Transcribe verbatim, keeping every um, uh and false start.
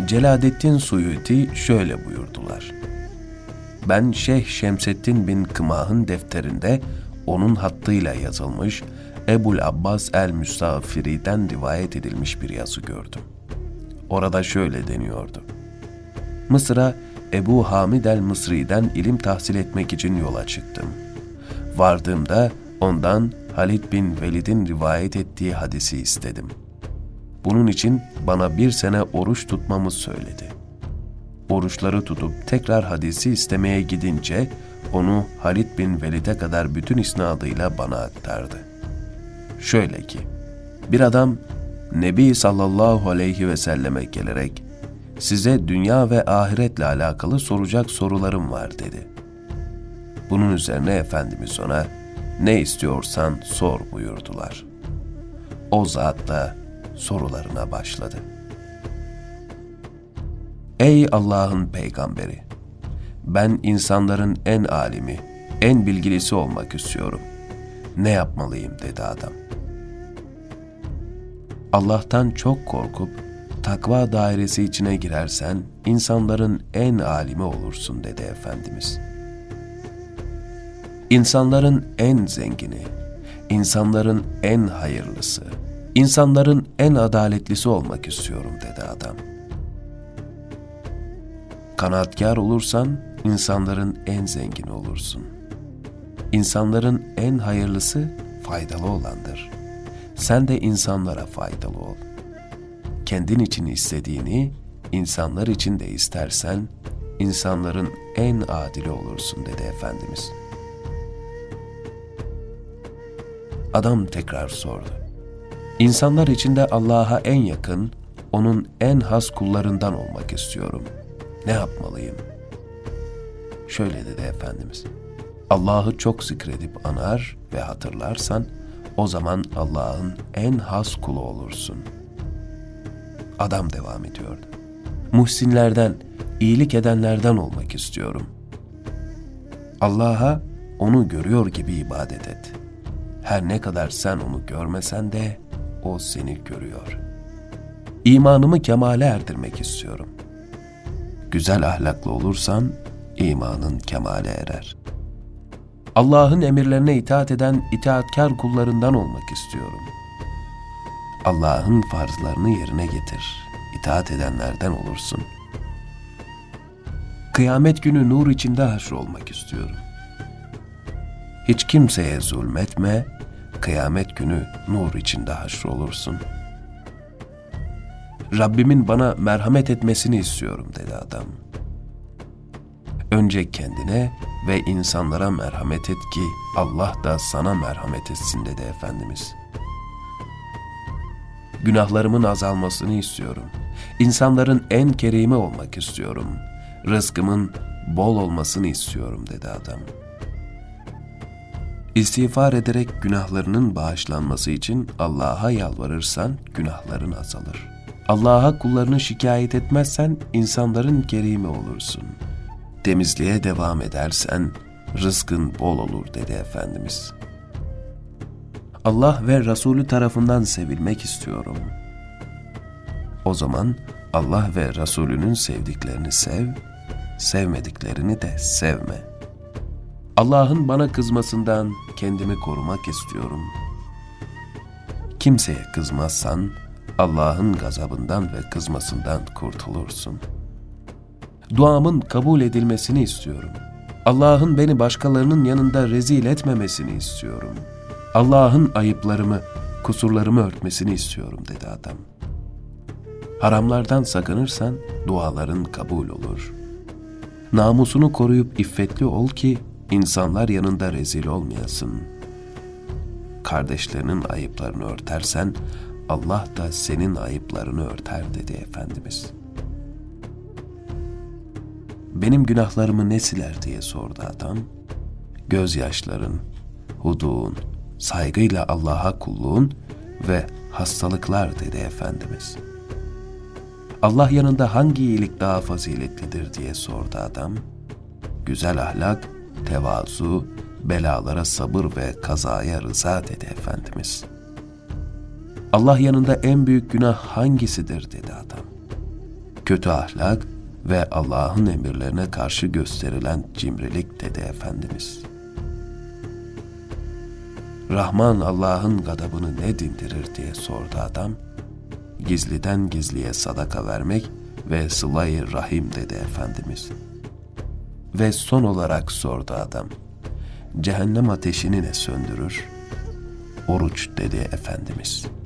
Celaleddin Suyuti şöyle buyurdular: Ben Şeyh Şemseddin bin Kımah'ın defterinde onun hattıyla yazılmış Ebul Abbas el-Müstağfiri'den rivayet edilmiş bir yazı gördüm. Orada şöyle deniyordu: Mısır'a Ebu Hamid el-Mısri'den ilim tahsil etmek için yola çıktım. Vardığımda ondan Halid bin Velid'in rivayet ettiği hadisi istedim. Bunun için bana bir sene oruç tutmamı söyledi. Oruçları tutup tekrar hadisi istemeye gidince onu Halid bin Velid'e kadar bütün isnadıyla bana aktardı. Şöyle ki, bir adam Nebi sallallahu aleyhi ve selleme gelerek size dünya ve ahiretle alakalı soracak sorularım var dedi. Bunun üzerine Efendimiz ona ne istiyorsan sor buyurdular. O zat da sorularına başladı. Ey Allah'ın peygamberi! Ben insanların en alimi, en bilgilisi olmak istiyorum. Ne yapmalıyım dedi adam. Allah'tan çok korkup takva dairesi içine girersen insanların en alimi olursun dedi Efendimiz. İnsanların en zengini, insanların en hayırlısı, insanların en adaletlisi olmak istiyorum dedi adam. Kanaatkar olursan insanların en zengini olursun. İnsanların en hayırlısı faydalı olandır. Sen de insanlara faydalı ol. Kendin için istediğini insanlar için de istersen insanların en adili olursun dedi Efendimiz. Adam tekrar sordu. İnsanlar içinde Allah'a en yakın, onun en has kullarından olmak istiyorum. Ne yapmalıyım? Şöyle dedi Efendimiz. Allah'ı çok zikredip anar ve hatırlarsan, o zaman Allah'ın en has kulu olursun. Adam devam ediyordu. Muhsinlerden, iyilik edenlerden olmak istiyorum. Allah'a onu görüyor gibi ibadet et. Her ne kadar sen onu görmesen de o seni görüyor. İmanımı kemale erdirmek istiyorum. Güzel ahlaklı olursan imanın kemale erer. Allah'ın emirlerine itaat eden itaatkar kullarından olmak istiyorum. Allah'ın farzlarını yerine getir, itaat edenlerden olursun. Kıyamet günü nur içinde haşrolmak istiyorum. Hiç kimseye zulmetme, kıyamet günü nur içinde haşrolursun. Rabbimin bana merhamet etmesini istiyorum dedi adam. Önce kendine ve insanlara merhamet et ki Allah da sana merhamet etsin dedi Efendimiz. Günahlarımın azalmasını istiyorum. İnsanların en kerimi olmak istiyorum. Rızkımın bol olmasını istiyorum dedi adam. İstiğfar ederek günahlarının bağışlanması için Allah'a yalvarırsan günahların azalır. Allah'a kullarını şikayet etmezsen insanların kerimi olursun. Temizliğe devam edersen rızkın bol olur dedi Efendimiz. Allah ve Resulü tarafından sevilmek istiyorum. O zaman Allah ve Resulünün sevdiklerini sev, sevmediklerini de sevme. Allah'ın bana kızmasından kendimi korumak istiyorum. Kimseye kızmazsan Allah'ın gazabından ve kızmasından kurtulursun. Duamın kabul edilmesini istiyorum. Allah'ın beni başkalarının yanında rezil etmemesini istiyorum. Allah'ın ayıplarımı, kusurlarımı örtmesini istiyorum dedi adam. Haramlardan sakınırsan duaların kabul olur. Namusunu koruyup iffetli ol ki insanlar yanında rezil olmayasın. Kardeşlerinin ayıplarını örtersen Allah da senin ayıplarını örter dedi Efendimiz. Benim günahlarımı ne siler diye sordu adam. Gözyaşların, huduğun, saygıyla Allah'a kulluğun ve hastalıklar dedi Efendimiz. Allah yanında hangi iyilik daha faziletlidir diye sordu adam. Güzel ahlak, tevazu, belalara sabır ve kazaya rıza dedi Efendimiz. Allah yanında en büyük günah hangisidir dedi adam. kötü ahlak ve Allah'ın emirlerine karşı gösterilen cimrilik dedi Efendimiz. Rahman Allah'ın gadabını ne dindirir diye sordu adam. Gizliden gizliye sadaka vermek ve sıla-i rahim dedi Efendimiz. Ve son olarak sordu adam. Cehennem ateşini ne söndürür? Oruç dedi Efendimiz.